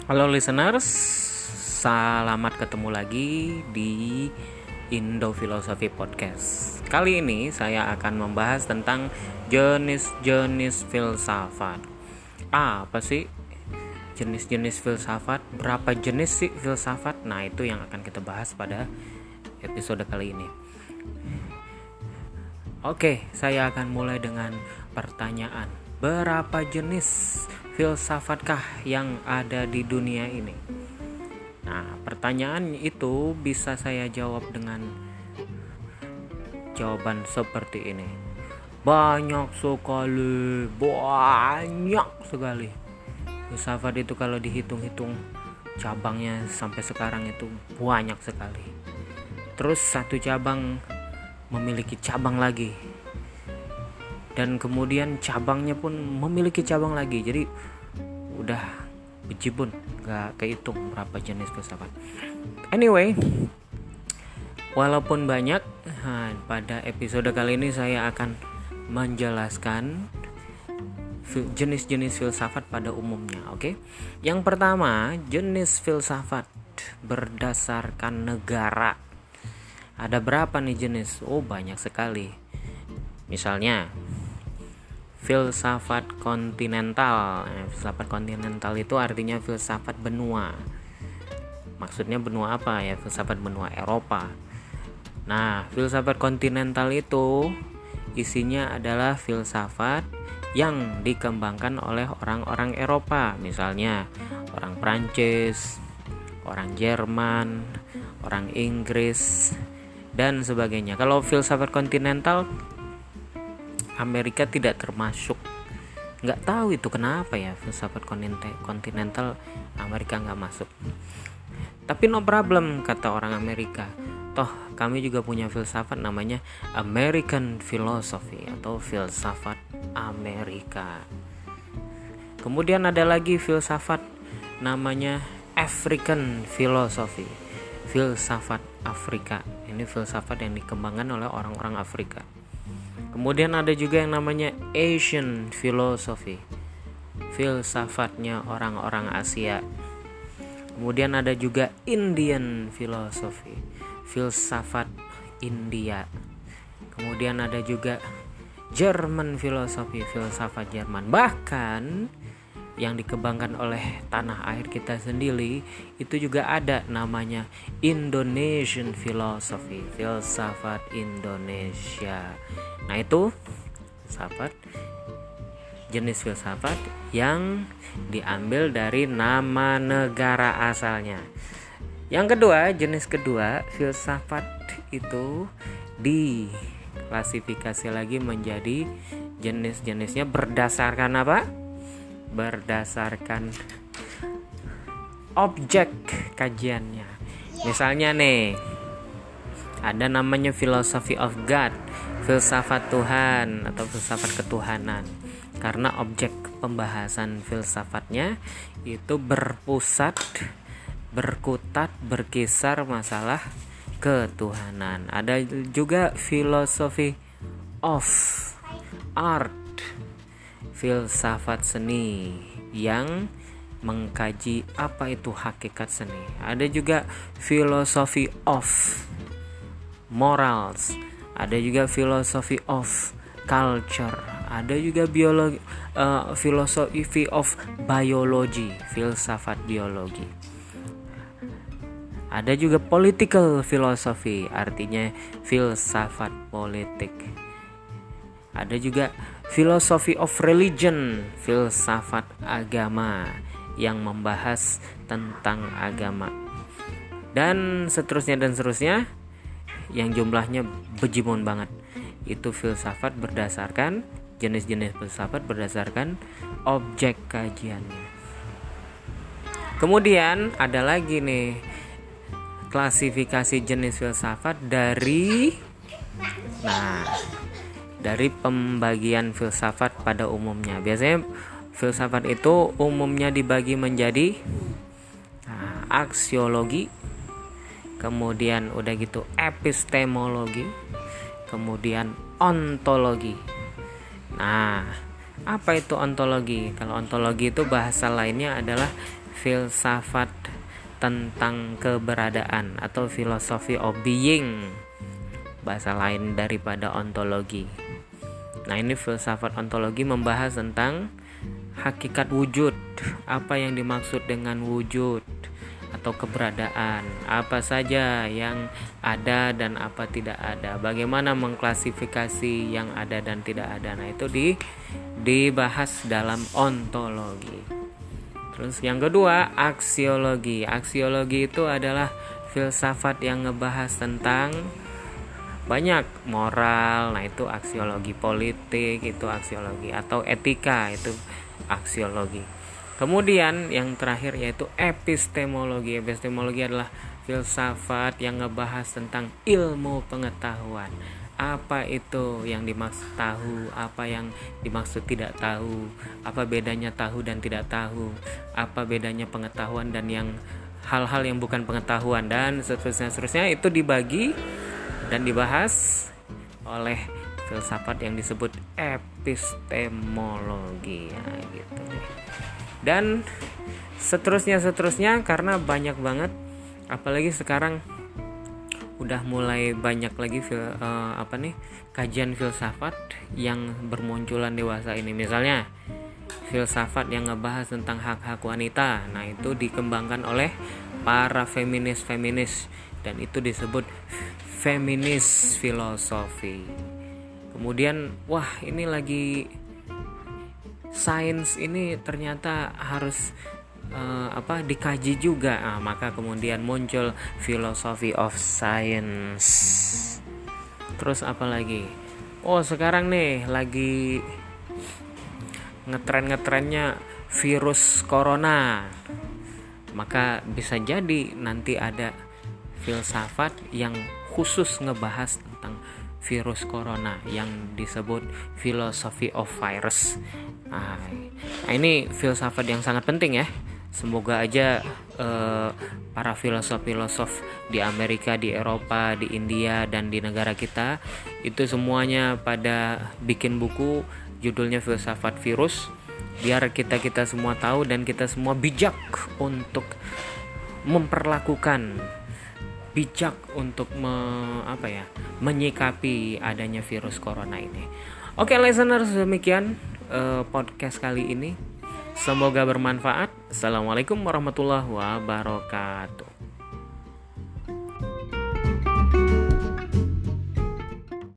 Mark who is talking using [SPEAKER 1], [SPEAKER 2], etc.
[SPEAKER 1] Halo listeners, selamat ketemu lagi di Indo Filosofi Podcast. Kali ini saya akan membahas tentang jenis-jenis filsafat. Apa sih jenis-jenis filsafat? Berapa jenis sih filsafat? Nah, itu yang akan kita bahas pada episode kali ini. Oke, saya akan mulai dengan pertanyaan. Berapa jenis filsafatkah yang ada di dunia ini? Nah, pertanyaan itu bisa saya jawab dengan jawaban seperti ini. Banyak sekali. Filsafat itu kalau dihitung-hitung cabangnya sampai sekarang itu banyak sekali. Terus satu cabang memiliki cabang lagi, dan kemudian cabangnya pun memiliki cabang lagi. Jadi udah bejibun, gak kehitung berapa jenis filsafat. Anyway, walaupun banyak, pada episode kali ini saya akan menjelaskan jenis-jenis filsafat pada umumnya. Oke? Yang pertama, jenis filsafat berdasarkan negara. Ada berapa nih jenis? Oh, banyak sekali. Misalnya filsafat kontinental. Filsafat kontinental itu artinya filsafat benua. Maksudnya benua apa ya? Filsafat benua Eropa. Nah, filsafat kontinental itu isinya adalah filsafat yang dikembangkan oleh orang-orang Eropa. Misalnya orang Prancis, orang Jerman, orang Inggris, dan sebagainya. Kalau filsafat kontinental, Amerika tidak termasuk. Nggak tahu itu kenapa ya, filsafat kontinental Amerika nggak masuk. Tapi no problem, kata orang Amerika. Toh kami juga punya filsafat namanya American Philosophy atau filsafat Amerika. Kemudian ada lagi filsafat namanya African Philosophy, filsafat Afrika. Ini filsafat yang dikembangkan oleh orang-orang Afrika. Kemudian ada juga yang namanya Asian Philosophy, filsafatnya orang-orang Asia. Kemudian ada juga Indian Philosophy, filsafat India. Kemudian ada juga German Philosophy, filsafat Jerman. Bahkan yang dikembangkan oleh tanah air kita sendiri itu juga ada namanya Indonesian Philosophy, filsafat Indonesia. Nah, itu filsafat, jenis filsafat yang diambil dari nama negara asalnya. Yang kedua, jenis kedua, filsafat itu diklasifikasi lagi menjadi jenis-jenisnya berdasarkan apa? Berdasarkan objek kajiannya. Misalnya nih, ada namanya philosophy of God, filsafat Tuhan atau filsafat ketuhanan. Karena objek pembahasan filsafatnya itu berkisar masalah ketuhanan. Ada juga philosophy of art, filsafat seni yang mengkaji apa itu hakikat seni. Ada juga philosophy of morals, ada juga philosophy of culture, ada juga philosophy of biology, filsafat biologi. Ada juga political philosophy, artinya filsafat politik. Ada juga philosophy of religion, filsafat agama yang membahas tentang agama. Dan seterusnya yang jumlahnya bejibun banget. Itu filsafat berdasarkan jenis-jenis filsafat berdasarkan objek kajiannya. Kemudian ada lagi nih klasifikasi jenis filsafat dari pembagian filsafat pada umumnya. Biasanya filsafat itu umumnya dibagi menjadi aksiologi, kemudian udah gitu epistemologi, kemudian ontologi. Nah, apa itu ontologi? Kalau ontologi itu bahasa lainnya adalah filsafat tentang keberadaan atau philosophy of being, bahasa lain daripada ontologi. Nah, ini filsafat ontologi membahas tentang hakikat wujud, apa yang dimaksud dengan wujud atau keberadaan, apa saja yang ada dan apa tidak ada, bagaimana mengklasifikasi yang ada dan tidak ada. Nah, itu dibahas dalam ontologi. Terus yang kedua, aksiologi. Aksiologi itu adalah filsafat yang ngebahas tentang banyak moral. Nah, itu aksiologi. Politik itu aksiologi, atau etika itu aksiologi. Kemudian yang terakhir yaitu epistemologi. Epistemologi adalah filsafat yang ngebahas tentang ilmu pengetahuan. Apa itu yang dimaksud tahu, apa yang dimaksud tidak tahu, apa bedanya tahu dan tidak tahu, apa bedanya pengetahuan dan yang hal-hal yang bukan pengetahuan, dan seterusnya itu dibagi dan dibahas oleh filsafat yang disebut epistemologi. Nah, gitu. Dan seterusnya karena banyak banget, apalagi sekarang udah mulai banyak lagi kajian filsafat yang bermunculan dewasa ini. Misalnya filsafat yang ngebahas tentang hak-hak wanita. Nah, itu dikembangkan oleh para feminis dan itu disebut feminis filosofi. Kemudian ini lagi sains ini ternyata harus dikaji juga. Maka kemudian muncul philosophy of science. Terus apa lagi? Sekarang nih lagi ngetrennya virus corona. Maka bisa jadi nanti ada filsafat yang khusus ngebahas tentang virus corona yang disebut philosophy of virus. Nah, ini filsafat yang sangat penting ya. Semoga aja para filosof di Amerika, di Eropa, di India, dan di negara kita itu semuanya pada bikin buku judulnya Filsafat Virus, biar kita semua tahu dan kita semua bijak untuk memperlakukan, bijak untuk menyikapi adanya virus corona ini. Oke, listeners, demikian podcast kali ini. Semoga bermanfaat. Assalamualaikum warahmatullahi wabarakatuh.